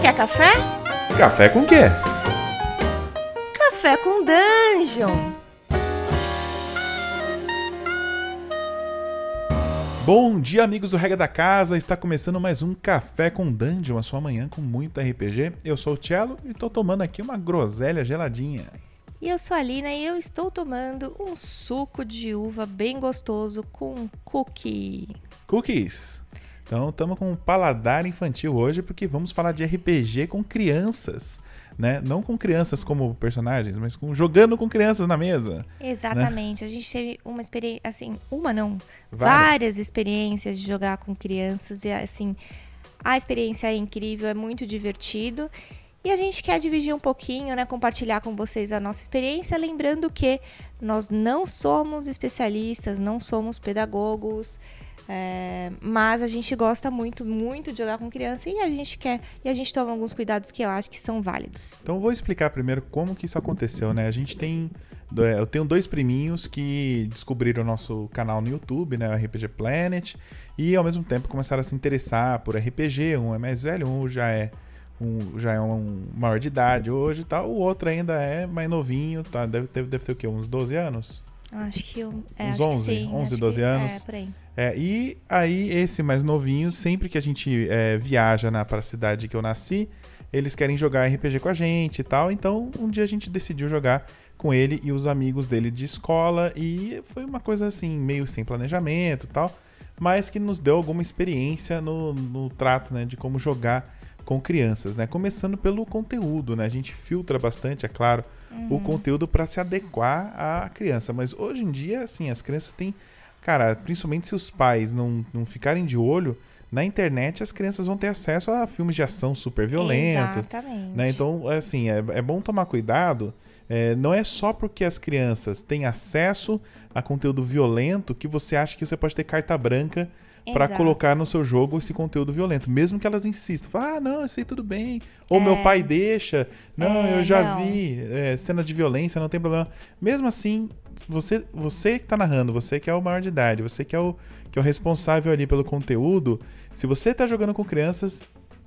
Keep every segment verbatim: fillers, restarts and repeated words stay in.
Quer café? Café com quê? Café com Dungeon. Bom dia, amigos do Regra da Casa. Está começando mais um Café com Dungeon, a sua manhã com muito R P G. Eu sou o Cello e estou tomando aqui uma groselha geladinha. E eu sou a Lina e eu estou tomando um suco de uva bem gostoso com cookie. Cookies. Então estamos com um paladar infantil hoje porque vamos falar de R P G com crianças, né? Não com crianças como personagens, mas com, jogando com crianças na mesa. Exatamente. Né? A gente teve uma experiência, assim, uma não, Várias. várias experiências de jogar com crianças e assim, a experiência é incrível, é muito divertido. E a gente quer dividir um pouquinho, né, compartilhar com vocês a nossa experiência, lembrando que nós não somos especialistas, não somos pedagogos, é, mas a gente gosta muito, muito de jogar com criança e a gente quer, e a gente toma alguns cuidados que eu acho que são válidos. Então eu vou explicar primeiro como que isso aconteceu, né? A gente tem, eu tenho dois priminhos que descobriram o nosso canal no YouTube, né, o R P G Planet, e ao mesmo tempo começaram a se interessar por R P G. Um é mais velho, um já é Um, já é um maior de idade hoje e tal, o outro ainda é mais novinho, tá? Deve ter, deve ter o quê? Uns doze anos? Acho que eu, é, Uns acho onze, que sim, onze, acho doze que, anos. É, por aí. É, e aí, esse mais novinho, sempre que a gente é, viaja na, para a cidade que eu nasci, eles querem jogar R P G com a gente e tal, então um dia a gente decidiu jogar com ele e os amigos dele de escola, e foi uma coisa assim, meio sem planejamento e tal, mas que nos deu alguma experiência no, no trato, né, de como jogar com crianças, né? Começando pelo conteúdo, né? A gente filtra bastante, é claro, uhum. o conteúdo para se adequar à criança. Mas hoje em dia, assim, as crianças têm... Cara, principalmente se os pais não, não ficarem de olho, na internet as crianças vão ter acesso a filmes de ação super violentos. Exatamente. Né? Então, assim, é, é bom tomar cuidado. É, não é só porque as crianças têm acesso a conteúdo violento que você acha que você pode ter carta branca para colocar no seu jogo esse conteúdo violento, mesmo que elas insistam, falam, ah, não, isso aí tudo bem, ou é. meu pai deixa, não, é, eu já não. vi é, cena de violência, não tem problema. Mesmo assim, você, você que tá narrando, você que é o maior de idade, você que é o, que é o responsável ali pelo conteúdo, se você tá jogando com crianças,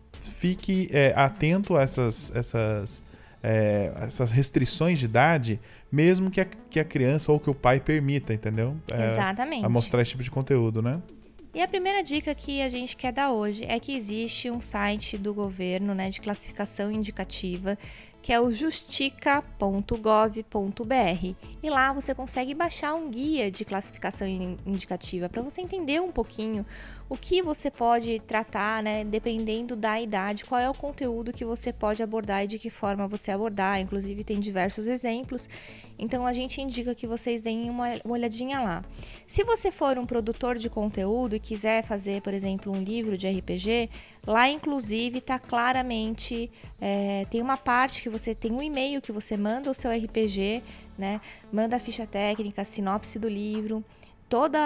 fique é, atento a essas, essas, é, essas restrições de idade, mesmo que a, que a criança ou que o pai permita, entendeu? É, Exatamente. A mostrar esse tipo de conteúdo, né? E a primeira dica que a gente quer dar hoje é que existe um site do governo, né, de classificação indicativa, que é o justica ponto gov ponto br. E lá você consegue baixar um guia de classificação indicativa para você entender um pouquinho o que você pode tratar, né, dependendo da idade, qual é o conteúdo que você pode abordar e de que forma você abordar. Inclusive tem diversos exemplos, então a gente indica que vocês deem uma olhadinha lá. Se você for um produtor de conteúdo e quiser fazer, por exemplo, um livro de R P G, lá inclusive está claramente, é, tem uma parte que você tem um e-mail que você manda o seu R P G, né, manda a ficha técnica, a sinopse do livro, todo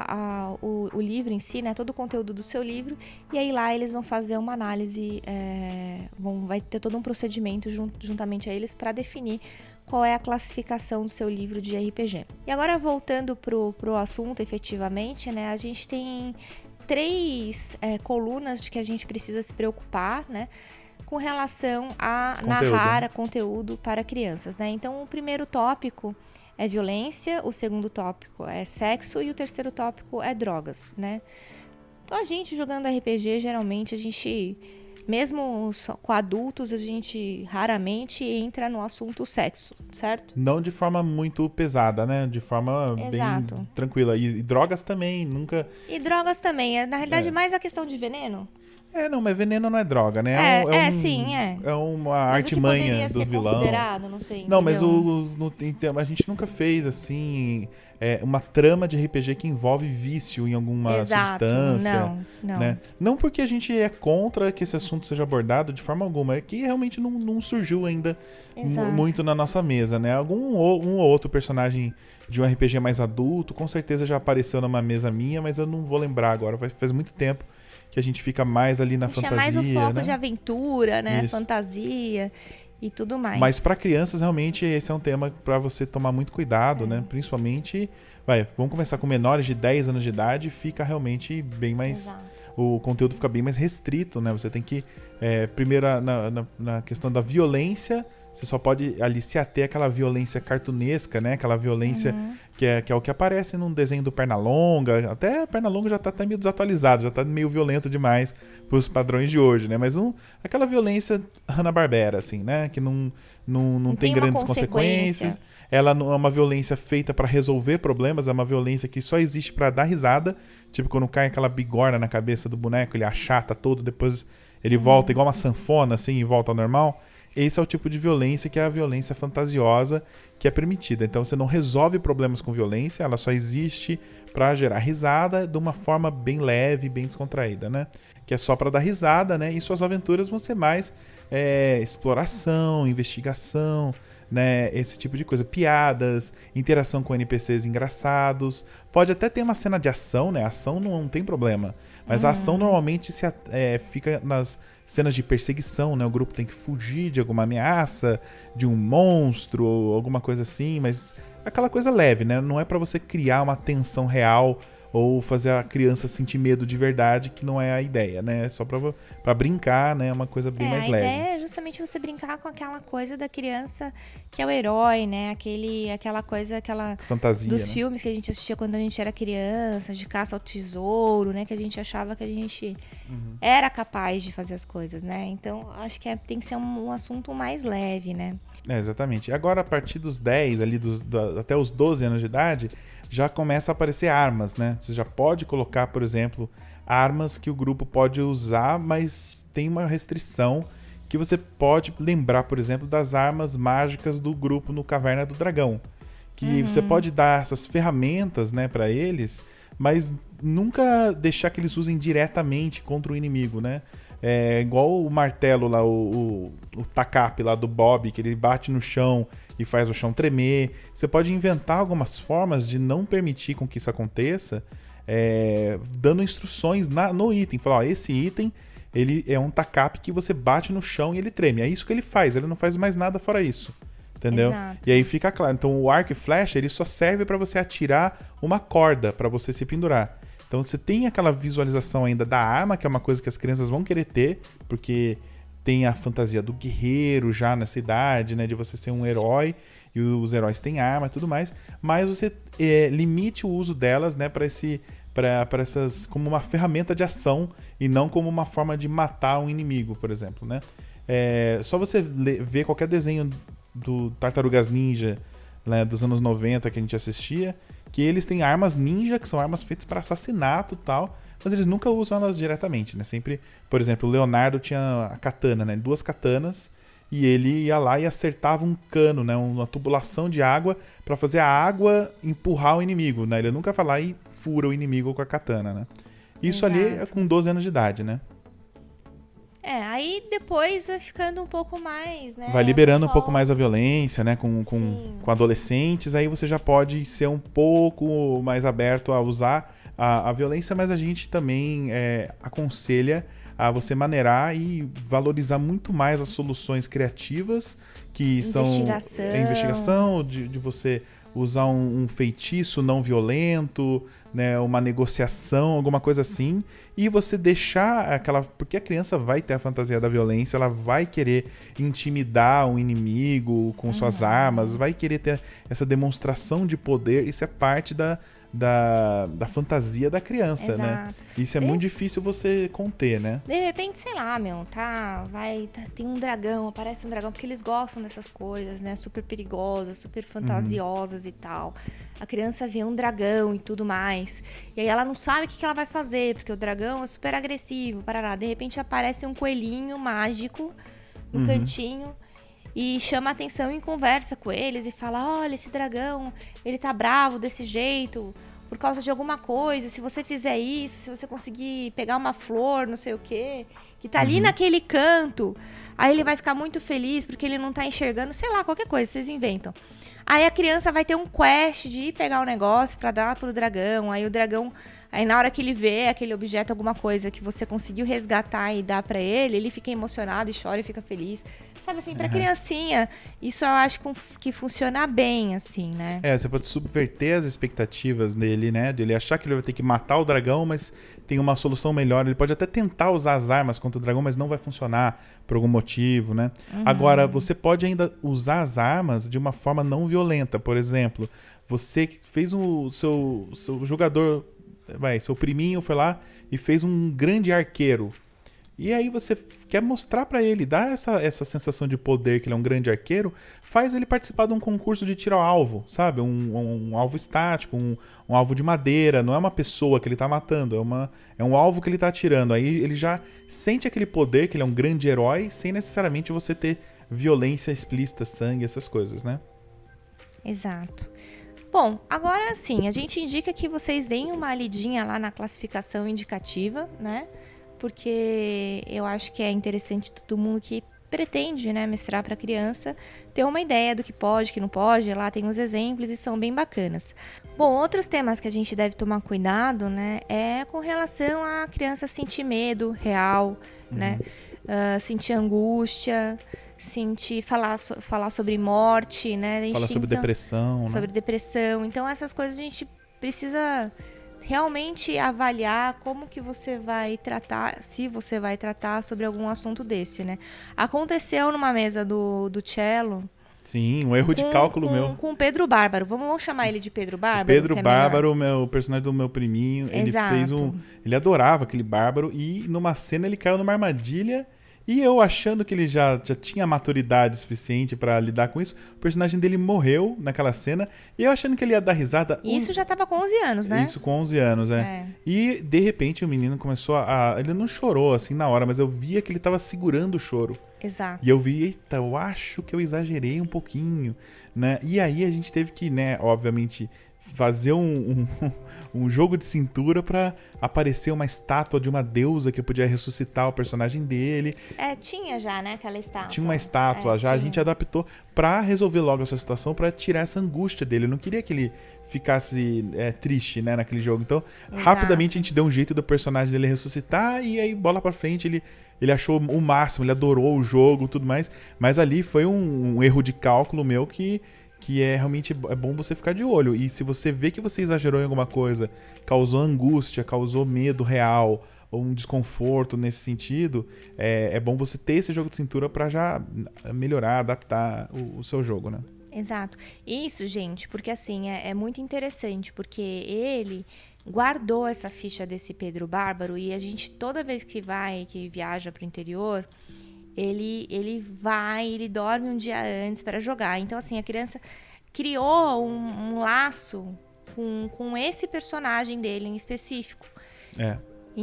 o, o livro em si, né, todo o conteúdo do seu livro, e aí lá eles vão fazer uma análise, é, vão, vai ter todo um procedimento junt, juntamente a eles para definir qual é a classificação do seu livro de R P G. E agora voltando pro, pro assunto efetivamente, né, a gente tem três é, colunas de que a gente precisa se preocupar, né, com relação a conteúdo. narrar a conteúdo para crianças, né? Então o primeiro tópico é violência, o segundo tópico é sexo e o terceiro tópico é drogas, né? Então a gente jogando R P G, geralmente a gente, mesmo com adultos, a gente raramente entra no assunto sexo, certo? Não de forma muito pesada, né? De forma Exato. bem tranquila. E, e drogas também, nunca... E drogas também, na realidade é. mais a questão de veneno. É, não, mas veneno não é droga, né? É, é, um, é, é um, sim, é. É uma mas artimanha do ser vilão. Considerado, não sei. Não, entendeu? mas o, no, a gente nunca fez, assim, é, uma trama de R P G que envolve vício em alguma Exato, substância. Não, não. Né? Não porque a gente é contra que esse assunto seja abordado de forma alguma, é que realmente não, não surgiu ainda m- muito na nossa mesa, né? Algum ou, um ou outro personagem de um R P G mais adulto, com certeza já apareceu numa mesa minha, mas eu não vou lembrar agora, faz muito tempo que a gente fica mais ali na fantasia, mais o foco, né? de aventura, né? Isso. Fantasia e tudo mais. Mas para crianças, realmente, esse é um tema para você tomar muito cuidado, é. né? Principalmente, vai, vamos começar com menores de dez anos de idade, fica realmente bem mais... Exato. o conteúdo fica bem mais restrito, né? Você tem que, é, primeiro, na, na, na questão da violência, você só pode ali se ater àquela violência cartunesca, né? Aquela violência uhum. que, é, que é o que aparece num desenho do Pernalonga. Até Pernalonga já tá até meio desatualizado, já tá meio violento demais pros padrões de hoje, né? Mas um, aquela violência Hanna-Barbera, assim, né? Que não, não, não, não tem, tem grandes consequências. Ela não é uma violência feita para resolver problemas, é uma violência que só existe para dar risada. Tipo, quando cai aquela bigorna na cabeça do boneco, ele achata todo, depois ele volta igual uma sanfona, assim, e volta ao normal. Esse é o tipo de violência que é a violência fantasiosa que é permitida. Então você não resolve problemas com violência, ela só existe para gerar risada de uma forma bem leve, bem descontraída, né? Que é só para dar risada, né? E suas aventuras vão ser mais é, exploração, investigação, né? Esse tipo de coisa. Piadas, interação com N P Cs engraçados. Pode até ter uma cena de ação, né? A ação não, não tem problema. Mas uhum. a ação normalmente se, é, fica nas cenas de perseguição, né? O grupo tem que fugir de alguma ameaça, de um monstro, ou alguma coisa assim, mas aquela coisa leve, né? Não é pra você criar uma tensão real ou fazer a criança sentir medo de verdade, que não é a ideia, né? É só pra, pra brincar, né? É uma coisa bem é, mais a leve. A ideia é justamente você brincar com aquela coisa da criança que é o herói, né? Aquele, aquela coisa, aquela... fantasia, dos né? filmes que a gente assistia quando a gente era criança, de caça ao tesouro, né? Que a gente achava que a gente uhum. era capaz de fazer as coisas, né? Então, acho que é, tem que ser um, um assunto mais leve, né? É, exatamente. E agora, a partir dos dez, ali, dos, da, até os doze anos de idade, já começa a aparecer armas, né? Você já pode colocar, por exemplo, armas que o grupo pode usar, mas tem uma restrição que você pode lembrar, por exemplo, das armas mágicas do grupo no Caverna do Dragão. Que uhum. você pode dar essas ferramentas, né, para eles, mas nunca deixar que eles usem diretamente contra o inimigo, né? É igual o martelo lá, o, o, o tacape lá do Bob, que ele bate no chão e faz o chão tremer. Você pode inventar algumas formas de não permitir com que isso aconteça, é, dando instruções na, no item. Falar, ó, esse item ele é um tacape que você bate no chão e ele treme. É isso que ele faz, ele não faz mais nada fora isso. Entendeu? Exato. E aí fica claro. Então o arco e flecha ele só serve para você atirar uma corda para você se pendurar. Então você tem aquela visualização ainda da arma, que é uma coisa que as crianças vão querer ter, porque tem a fantasia do guerreiro já nessa idade, né? De você ser um herói, e os heróis têm arma e tudo mais. Mas você é, limite o uso delas, né? Para esse, para essas, como uma ferramenta de ação e não como uma forma de matar um inimigo, por exemplo, né? É, só você ler, ver qualquer desenho do Tartarugas Ninja, né, dos anos noventa que a gente assistia, que eles têm armas ninja, que são armas feitas para assassinato e tal, mas eles nunca usam elas diretamente, né? Sempre, por exemplo, o Leonardo tinha a katana, né? Duas katanas, e ele ia lá e acertava um cano, né? Uma tubulação de água para fazer a água empurrar o inimigo, né? Ele nunca vai lá e fura o inimigo com a katana, né? Isso Exato. Ali é com doze anos de idade, né? É, aí depois vai ficando um pouco mais, né? Vai liberando só... um pouco mais a violência, né? Com, com, com adolescentes, aí você já pode ser um pouco mais aberto a usar a, a violência, mas a gente também é, aconselha a você maneirar e valorizar muito mais as soluções criativas, que investigação. são a investigação, de, de você usar um, um feitiço não violento, né, uma negociação, alguma coisa assim, e você deixar aquela... Porque a criança vai ter a fantasia da violência, ela vai querer intimidar um inimigo com suas uhum. armas, vai querer ter essa demonstração de poder, isso é parte da, da, da fantasia da criança, Exato. Né? Isso é de... muito difícil você conter, né? De repente, sei lá, meu, tá, vai, tá, tem um dragão, aparece um dragão, porque eles gostam dessas coisas, né, super perigosas, super fantasiosas uhum. e tal. A criança vê um dragão e tudo mais, e aí ela não sabe o que ela vai fazer, porque o dragão é super agressivo, parará. De repente aparece um coelhinho mágico no uhum. cantinho, e chama a atenção e conversa com eles e fala, olha, esse dragão, ele tá bravo desse jeito por causa de alguma coisa, se você fizer isso, se você conseguir pegar uma flor, não sei o quê, que tá ali uhum. naquele canto, aí ele vai ficar muito feliz porque ele não tá enxergando, sei lá, qualquer coisa, vocês inventam. Aí a criança vai ter um quest de ir pegar o negócio pra dar pro dragão, aí o dragão Aí na hora que ele vê aquele objeto, alguma coisa que você conseguiu resgatar e dar pra ele, ele fica emocionado e chora e fica feliz. Sabe assim, pra uhum. criancinha, isso eu acho que funciona bem, assim, né? É, você pode subverter as expectativas dele, né? De ele achar que ele vai ter que matar o dragão, mas tem uma solução melhor. Ele pode até tentar usar as armas contra o dragão, mas não vai funcionar por algum motivo, né? Uhum. Agora, você pode ainda usar as armas de uma forma não violenta. Por exemplo, você fez o seu, seu jogador, vai, seu priminho foi lá e fez um grande arqueiro. E aí você quer mostrar pra ele, dar essa, essa sensação de poder, que ele é um grande arqueiro, faz ele participar de um concurso de tiro ao alvo, sabe? Um, um, um alvo estático, um, um alvo de madeira, não é uma pessoa que ele tá matando, é, uma, é um alvo que ele tá atirando. Aí ele já sente aquele poder, que ele é um grande herói, sem necessariamente você ter violência explícita, sangue, essas coisas, né? Exato. Bom, agora sim, a gente indica que vocês deem uma lidinha lá na classificação indicativa, né? Porque eu acho que é interessante todo mundo que pretende, né, mestrar para criança ter uma ideia do que pode, que não pode. Lá tem os exemplos e são bem bacanas. Bom, outros temas que a gente deve tomar cuidado, né, é com relação a criança sentir medo real, uhum. né, uh, sentir angústia, sentir falar, so, falar sobre morte, né, falar sobre então, depressão, sobre né? depressão. Então essas coisas a gente precisa realmente avaliar como que você vai tratar, se você vai tratar sobre algum assunto desse, né? Aconteceu numa mesa do, do cello... Sim, um erro com, de cálculo com, meu. Com o Pedro Bárbaro. Vamos, vamos chamar ele de Pedro Bárbaro? O Pedro é Bárbaro, o meu, o personagem do meu priminho, Exato. ele fez um... Ele adorava aquele Bárbaro e numa cena ele caiu numa armadilha. E eu achando que ele já, já tinha maturidade suficiente pra lidar com isso, o personagem dele morreu naquela cena, e eu achando que ele ia dar risada... E isso um... já tava com onze anos, né? Isso, com onze anos, é. é. E, de repente, o menino começou a... Ele não chorou, assim, na hora, mas eu via que ele tava segurando o choro. Exato. E eu vi, eita, eu acho que eu exagerei um pouquinho, né? E aí a gente teve que, né, obviamente... fazer um, um, um jogo de cintura pra aparecer uma estátua de uma deusa que podia ressuscitar o personagem dele. É, tinha já, né, aquela estátua. Tinha uma estátua é, já, tinha. A gente adaptou pra resolver logo essa situação, pra tirar essa angústia dele. Eu não queria que ele ficasse é, triste, né, naquele jogo. Então, Exato. rapidamente a gente deu um jeito do personagem dele ressuscitar e aí, bola pra frente, ele... Ele achou o máximo, ele adorou o jogo e tudo mais. Mas ali foi um, um erro de cálculo meu que... que é realmente é bom você ficar de olho. E se você vê que você exagerou em alguma coisa, causou angústia, causou medo real, ou um desconforto nesse sentido, é, é bom você ter esse jogo de cintura para já melhorar, adaptar o, o seu jogo, né? Exato. Isso, gente, porque assim, é, é muito interessante, porque ele guardou essa ficha desse Pedro Bárbaro e a gente, toda vez que vai, que viaja pro interior... Ele, ele vai, ele dorme um dia antes para jogar. Então, assim, a criança criou um, um laço com, com esse personagem dele em específico. É.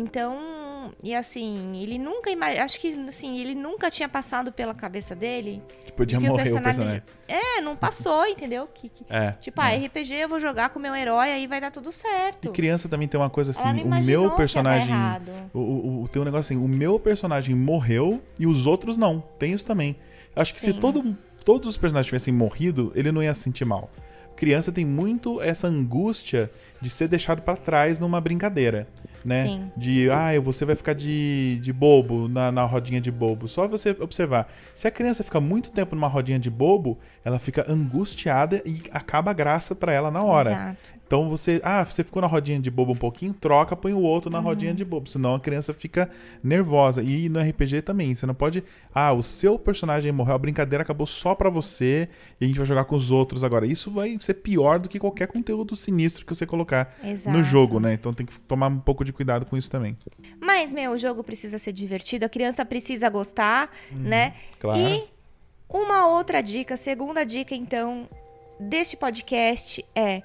Então, e assim, ele nunca, acho que assim, ele nunca tinha passado pela cabeça dele que podia que morrer o personagem, o personagem. É, não passou, entendeu? Que, que, é, tipo, é. ah, R P G eu vou jogar com o meu herói, aí vai dar tudo certo. E criança também tem uma coisa assim, o meu personagem, o, o, o tem um negócio assim, o meu personagem morreu e os outros não. Tem isso também. Acho que Sim. se todo, todos os personagens tivessem morrido, ele não ia se sentir mal. Criança tem muito essa angústia de ser deixado pra trás numa brincadeira, né? Sim. De, ah, você vai ficar de, de bobo na, na rodinha de bobo. Só você observar. Se a criança fica muito tempo numa rodinha de bobo, ela fica angustiada e acaba a graça pra ela na hora. Exato. Então você, ah, você ficou na rodinha de bobo um pouquinho, troca, põe o outro na uhum. rodinha de bobo. Senão a criança fica nervosa. E no R P G também, você não pode, ah, o seu personagem morreu, a brincadeira acabou só pra você e a gente vai jogar com os outros agora. Isso vai ser pior do que qualquer conteúdo sinistro que você colocar Exato. no jogo, né? Então tem que tomar um pouco de cuidado com isso também. Mas, meu, o jogo precisa ser divertido, a criança precisa gostar, uhum, né? Claro. E uma outra dica, segunda dica, então, deste podcast é: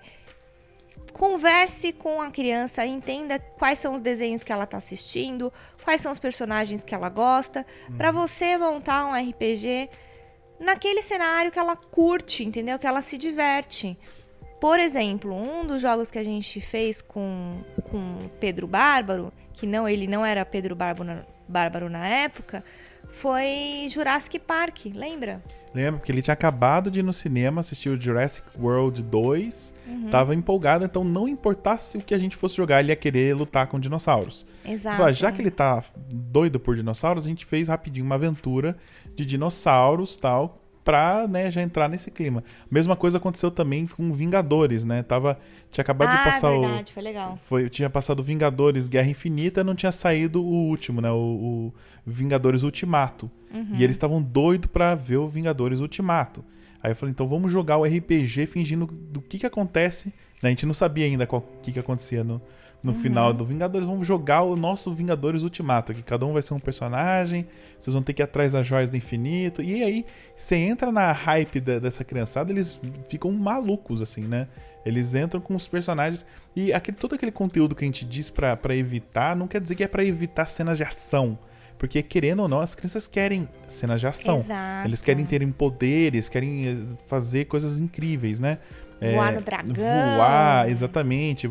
converse com a criança, entenda quais são os desenhos que ela está assistindo, quais são os personagens que ela gosta, uhum. para você montar um R P G naquele cenário que ela curte, entendeu? Que ela se diverte. Por exemplo, um dos jogos que a gente fez com com Pedro Bárbaro, que não ele não era Pedro Bárbaro na, bárbaro na época, foi Jurassic Park, lembra? Lembro, porque ele tinha acabado de ir no cinema, assistir o Jurassic World dois, uhum. tava empolgado, então não importasse o que a gente fosse jogar, ele ia querer lutar com dinossauros. Exato. Então, já que ele tá doido por dinossauros, a gente fez rapidinho uma aventura de dinossauros e tal, pra, né, já entrar nesse clima. Mesma coisa aconteceu também com Vingadores, né? Tava, tinha acabado ah, de passar verdade, o... verdade, foi legal. Foi, tinha passado Vingadores Guerra Infinita, não tinha saído o último, né? O, o Vingadores Ultimato. Uhum. E eles estavam doidos pra ver o Vingadores Ultimato. Aí eu falei, então vamos jogar o R P G fingindo do que que acontece. A gente não sabia ainda o que que acontecia no, no uhum. final do Vingadores. Vamos jogar o nosso Vingadores Ultimato, que cada um vai ser um personagem, vocês vão ter que ir atrás das joias do infinito. E aí, você entra na hype da, dessa criançada, eles ficam malucos, assim, né? Eles entram com os personagens. E aquele, todo aquele conteúdo que a gente diz pra, pra evitar, não quer dizer que é pra evitar cenas de ação. Porque, querendo ou não, as crianças querem cenas de ação. Exato. Eles querem terem poderes, querem fazer coisas incríveis, né? Voar é, no dragão. Voar, exatamente.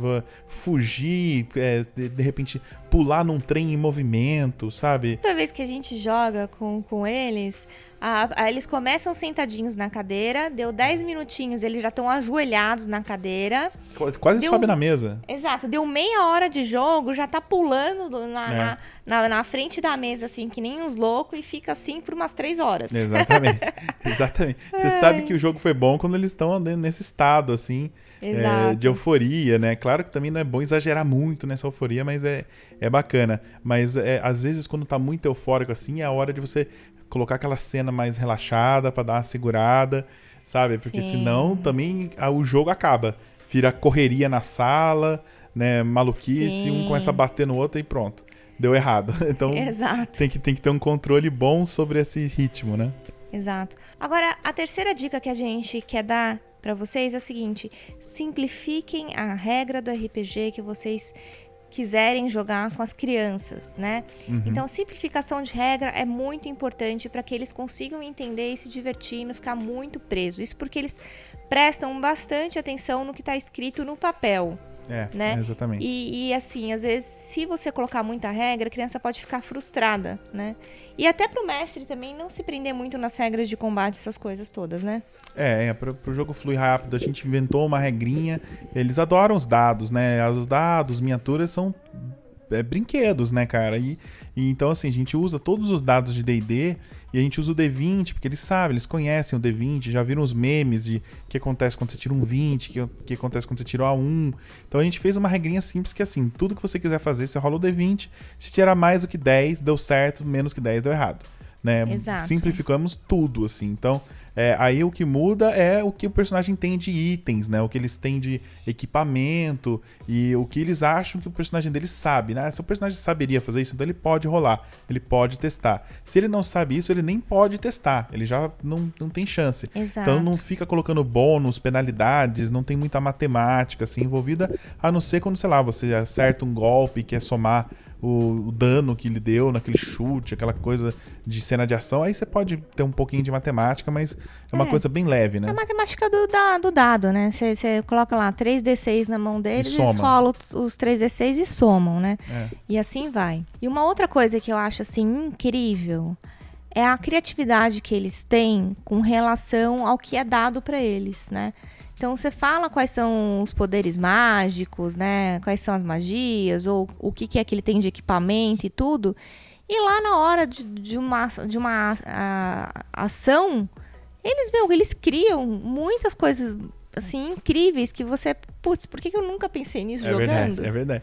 Fugir, é, de, de repente pular num trem em movimento, sabe? Toda vez que a gente joga com, com eles, a, a, eles começam sentadinhos na cadeira, deu dez minutinhos, eles já estão ajoelhados na cadeira. Quase deu, sobe na mesa. Exato, deu meia hora de jogo, já tá pulando na, é. na, na, na frente da mesa, assim, que nem uns loucos, e fica assim por umas três horas. Exatamente, exatamente. Você sabe que o jogo foi bom quando eles estão nesse estado, assim, é, de euforia, né? Claro que também não é bom exagerar muito nessa euforia, mas é, é bacana. Mas é, às vezes quando tá muito eufórico assim, é a hora de você colocar aquela cena mais relaxada pra dar uma segurada, sabe? Porque Sim. senão também a, o jogo acaba. Vira correria na sala, né? Maluquice, Sim. um começa a bater no outro e pronto. Deu errado. Então Exato. Tem, que, tem que ter um controle bom sobre esse ritmo, né? Exato. Agora, a terceira dica que a gente quer dar para vocês é o seguinte: simplifiquem a regra do R P G que vocês quiserem jogar com as crianças, né? Uhum. Então, a simplificação de regra é muito importante para que eles consigam entender e se divertir e não ficar muito preso. Isso porque eles prestam bastante atenção no que está escrito no papel. É, né? exatamente. E, e assim, às vezes, se você colocar muita regra, a criança pode ficar frustrada, né? E até pro mestre também não se prender muito nas regras de combate, essas coisas todas, né? É, é pro, pro jogo fluir rápido, a gente inventou uma regrinha. Eles adoram os dados, né? Os dados, miniaturas são é, brinquedos, né, cara? E, e então, assim, a gente usa todos os dados de D e D e a gente usa o D vinte, porque eles sabem, eles conhecem o D vinte, já viram os memes de o que acontece quando você tira um vinte, o que, que acontece quando você tira um um. Então a gente fez uma regrinha simples que, assim, tudo que você quiser fazer, você rola o D vinte, se tirar mais do que dez, deu certo, menos que dez, deu errado. Né? Exato. Simplificamos tudo, assim. Então, é, aí o que muda é o que o personagem tem de itens, né? O que eles têm de equipamento e o que eles acham que o personagem deles sabe, né? Se o personagem saberia fazer isso, então ele pode rolar, ele pode testar. Se ele não sabe isso, ele nem pode testar, ele já não, não tem chance. Exato. Então não fica colocando bônus, penalidades, não tem muita matemática assim envolvida, a não ser quando, sei lá, você acerta um golpe e quer somar O, o dano que ele deu naquele chute, aquela coisa de cena de ação, aí você pode ter um pouquinho de matemática, mas é uma é, coisa bem leve, né? É a matemática do, da, do dado, né? Você, você coloca lá três D seis na mão deles, e eles rolam os, os três D seis e somam, né? É. E assim vai. E uma outra coisa que eu acho, assim, incrível é a criatividade que eles têm com relação ao que é dado pra eles, né? Então, você fala quais são os poderes mágicos, né? Quais são as magias, ou o que, que é que ele tem de equipamento e tudo. E lá na hora de, de uma, de uma a, ação, eles, meu, eles criam muitas coisas, assim, incríveis que você... Putz, por que, que eu nunca pensei nisso é jogando? Verdade, é verdade.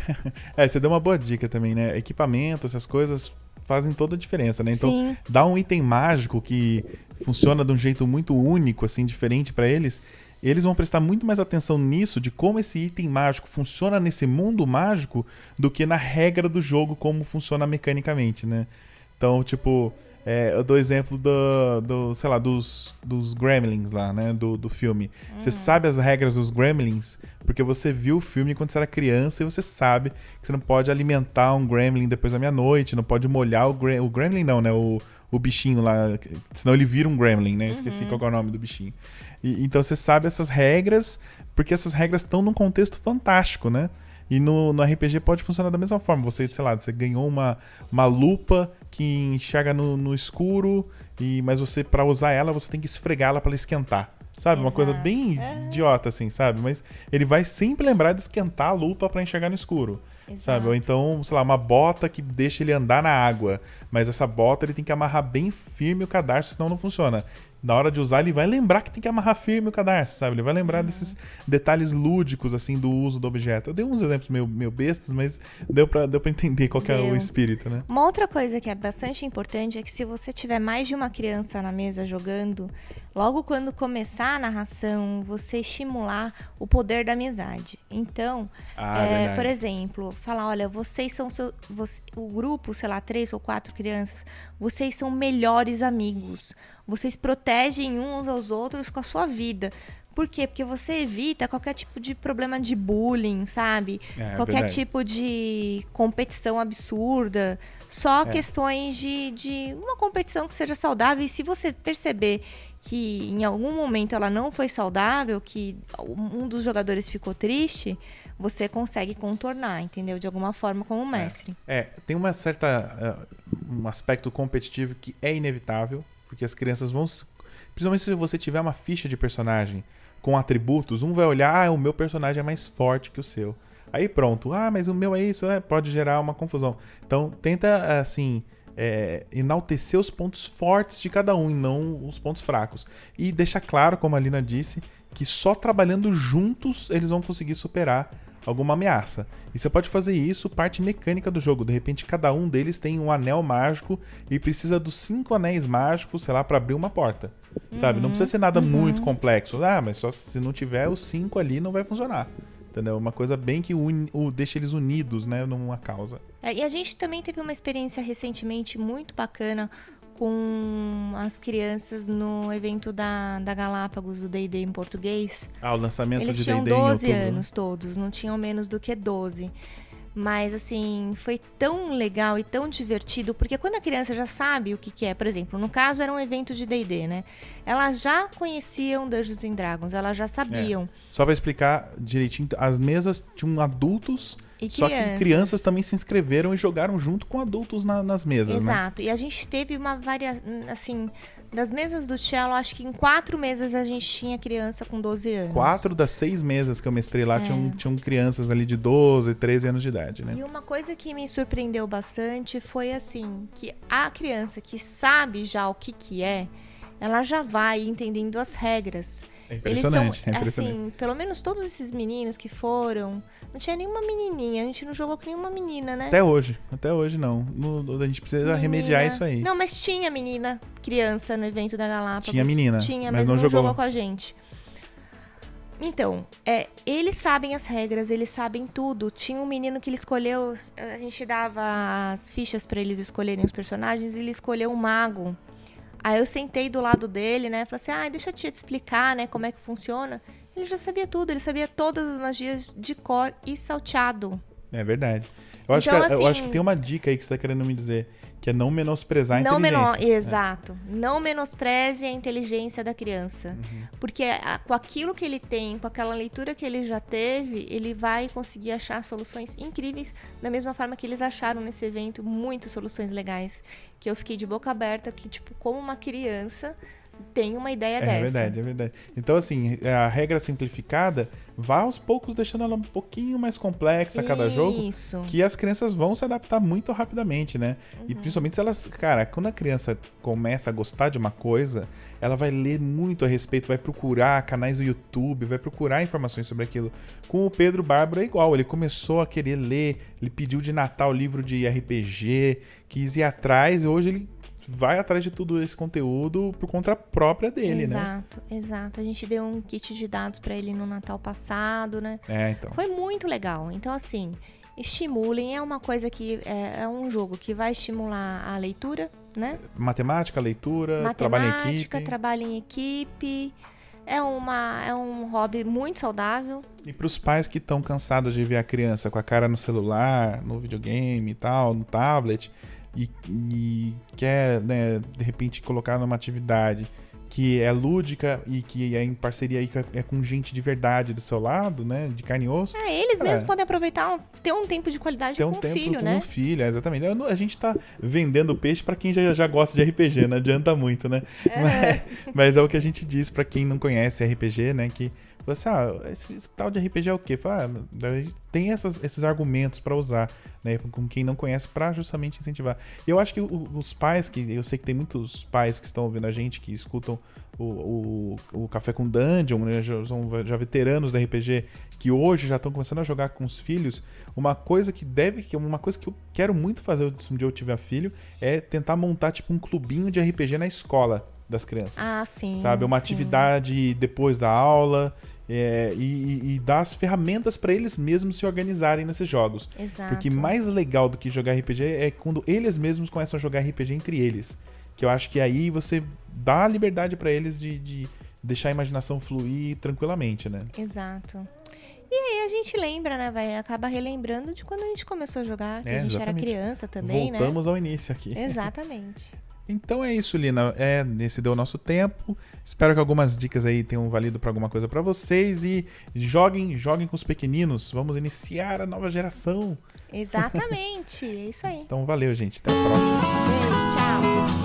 É, você deu uma boa dica também, né? Equipamento, essas coisas fazem toda a diferença, né? Então, Sim. dá um item mágico que funciona de um jeito muito único, assim, diferente pra eles... Eles vão prestar muito mais atenção nisso, de como esse item mágico funciona nesse mundo mágico, do que na regra do jogo, como funciona mecanicamente, né? Então, tipo, é, eu dou exemplo do, do sei lá, dos, dos Gremlins lá, né? Do, do filme. Uhum. Você sabe as regras dos Gremlins porque você viu o filme quando você era criança e você sabe que você não pode alimentar um Gremlin depois da meia-noite, não pode molhar o Gremlin. O Gremlin não, né? O, o bichinho lá, senão ele vira um Gremlin, né? Esqueci uhum. qual é o nome do bichinho. E, então você sabe essas regras, porque essas regras estão num contexto fantástico, né? E no, no R P G pode funcionar da mesma forma. Você, sei lá, você ganhou uma, uma lupa que enxerga no, no escuro, e, mas você, pra usar ela, você tem que esfregá-la pra ela esquentar. Sabe? Exato. Uma coisa bem é. idiota, assim, sabe? Mas ele vai sempre lembrar de esquentar a lupa pra enxergar no escuro. Exato. Sabe? Ou então, sei lá, uma bota que deixa ele andar na água. Mas essa bota ele tem que amarrar bem firme o cadarço, senão não funciona. Na hora de usar, ele vai lembrar que tem que amarrar firme o cadarço, sabe? Ele vai lembrar uhum. desses detalhes lúdicos, assim, do uso do objeto. Eu dei uns exemplos meio, meio bestas, mas deu pra, deu pra entender qual que é o espírito, né? Uma outra coisa que é bastante importante é que se você tiver mais de uma criança na mesa jogando, logo quando começar a narração, você estimular o poder da amizade. Então, ah, é, por exemplo, falar, olha, vocês são seu, você, o grupo, sei lá, três ou quatro crianças, vocês são melhores amigos. Vocês protegem uns aos outros com a sua vida. Por quê? Porque você evita qualquer tipo de problema de bullying, sabe? É, qualquer verdade. tipo de competição absurda. Só é. questões de, de uma competição que seja saudável. E se você perceber que em algum momento ela não foi saudável, que um dos jogadores ficou triste, você consegue contornar, entendeu? De alguma forma como mestre. É, é tem uma certa... Uh, um aspecto competitivo que é inevitável. Porque as crianças vão... Principalmente se você tiver uma ficha de personagem com atributos, um vai olhar, ah, o meu personagem é mais forte que o seu. Aí pronto, ah, mas o meu é isso, é, pode gerar uma confusão. Então tenta, assim, é, enaltecer os pontos fortes de cada um e não os pontos fracos. E deixa claro, como a Lina disse, que só trabalhando juntos eles vão conseguir superar alguma ameaça. E você pode fazer isso, parte mecânica do jogo. De repente, cada um deles tem um anel mágico e precisa dos cinco anéis mágicos, sei lá, pra abrir uma porta. Uhum, sabe? Não precisa ser nada uhum. muito complexo. Ah, mas só se não tiver os cinco ali, não vai funcionar. Entendeu? Uma coisa bem que un... o... deixa eles unidos, né, numa causa. É, e a gente também teve uma experiência recentemente muito bacana com as crianças no evento da, da Galápagos, do D e D em português. Ah, o lançamento Eles de D e D em tinham doze outubro. anos todos, não tinham menos do que doze. Mas, assim, foi tão legal e tão divertido, porque quando a criança já sabe o que, que é, por exemplo, no caso era um evento de D e D, né? Elas já conheciam Dungeons and Dragons, elas já sabiam. É. Só pra explicar direitinho, as mesas tinham adultos, e só crianças. que crianças também se inscreveram e jogaram junto com adultos na, nas mesas, Exato, né? E a gente teve uma variação, assim, das mesas do cello, acho que em quatro mesas a gente tinha criança com doze anos. Quatro das seis mesas que eu mestrei lá é. tinham, tinham crianças ali de doze, treze anos de idade, né? E uma coisa que me surpreendeu bastante foi, assim, que a criança que sabe já o que que é, ela já vai entendendo as regras. É impressionante, Eles são, é impressionante. Assim, pelo menos todos esses meninos que foram, não tinha nenhuma menininha, a gente não jogou com nenhuma menina, né? Até hoje, até hoje não. No, a gente precisa menina. remediar isso aí. Não, mas tinha menina, criança no evento da Galápagos. Tinha menina, tinha, mas, mas não, não jogou. jogou com a gente. Então, é, eles sabem as regras, eles sabem tudo. Tinha um menino que ele escolheu, a gente dava as fichas pra eles escolherem os personagens e ele escolheu um mago. Aí eu sentei do lado dele, né? Falei assim, ah, deixa eu te explicar, né, como é que funciona. Ele já sabia tudo, ele sabia todas as magias de cor e salteado. É verdade. Eu, acho então, que, assim, eu acho que tem uma dica aí que você tá querendo me dizer, que é não menosprezar a não inteligência. Menor, exato. É. Não menospreze a inteligência da criança. Uhum. Porque a, com aquilo que ele tem, com aquela leitura que ele já teve, ele vai conseguir achar soluções incríveis, da mesma forma que eles acharam nesse evento muitas soluções legais, que eu fiquei de boca aberta, que tipo, como uma criança tem uma ideia é, dessa. É verdade, é verdade. Então, assim, a regra simplificada, vá aos poucos deixando ela um pouquinho mais complexa a cada Isso. jogo, que as crianças vão se adaptar muito rapidamente, né? Uhum. E principalmente se elas... Cara, quando a criança começa a gostar de uma coisa, ela vai ler muito a respeito, vai procurar canais do YouTube, vai procurar informações sobre aquilo. Com o Pedro Bárbaro é igual, ele começou a querer ler, ele pediu de Natal livro de R P G, quis ir atrás, e hoje ele vai atrás de tudo esse conteúdo por conta própria dele, exato, né? Exato, exato. A gente deu um kit de dados pra ele no Natal passado, né? É, então. Foi muito legal. Então, assim, estimulem. É uma coisa que... É, é um jogo que vai estimular a leitura, né? Matemática, leitura, Matemática, trabalho em equipe. trabalho em equipe. É, uma, é um hobby muito saudável. E pros pais que estão cansados de ver a criança com a cara no celular, no videogame e tal, no tablet... E, e quer, né, de repente, colocar numa atividade que é lúdica e que é em parceria aí é com gente de verdade do seu lado, né? De carne e osso. É, eles mesmos podem aproveitar, ter um tempo de qualidade um com o tempo filho, com né? um filho, é, exatamente. A gente tá vendendo peixe pra quem já, já gosta de R P G, não adianta muito, né? É. Mas, mas é o que a gente diz pra quem não conhece R P G, né? Que assim, ah, esse, esse tal de R P G é o quê? Fala, ah, tem essas, esses argumentos pra usar, né? Com quem não conhece, pra justamente incentivar. E eu acho que o, os pais, que eu sei que tem muitos pais que estão ouvindo a gente, que escutam o, o, o Café com Dungeon, né? Já, são já veteranos da R P G, que hoje já estão começando a jogar com os filhos. Uma coisa que deve, que uma coisa que eu quero muito fazer se um dia eu tiver filho, é tentar montar tipo um clubinho de R P G na escola das crianças. Ah, sim. Sabe? Uma sim. atividade depois da aula. É, e, e dar as ferramentas para eles mesmos se organizarem nesses jogos. Exato. Porque mais legal do que jogar R P G é quando eles mesmos começam a jogar R P G entre eles. Que eu acho que aí você dá a liberdade para eles de, de deixar a imaginação fluir tranquilamente, né? Exato. E aí a gente lembra, né? Vai acaba relembrando de quando a gente começou a jogar, que É, a gente exatamente. era criança também, Voltamos né? Voltamos ao início aqui. Exatamente. Então é isso, Lina. É, esse deu o nosso tempo. Espero que algumas dicas aí tenham valido para alguma coisa para vocês. E joguem, joguem com os pequeninos. Vamos iniciar a nova geração. Exatamente. É isso aí. Então valeu, gente. Até a próxima. Beijo, tchau.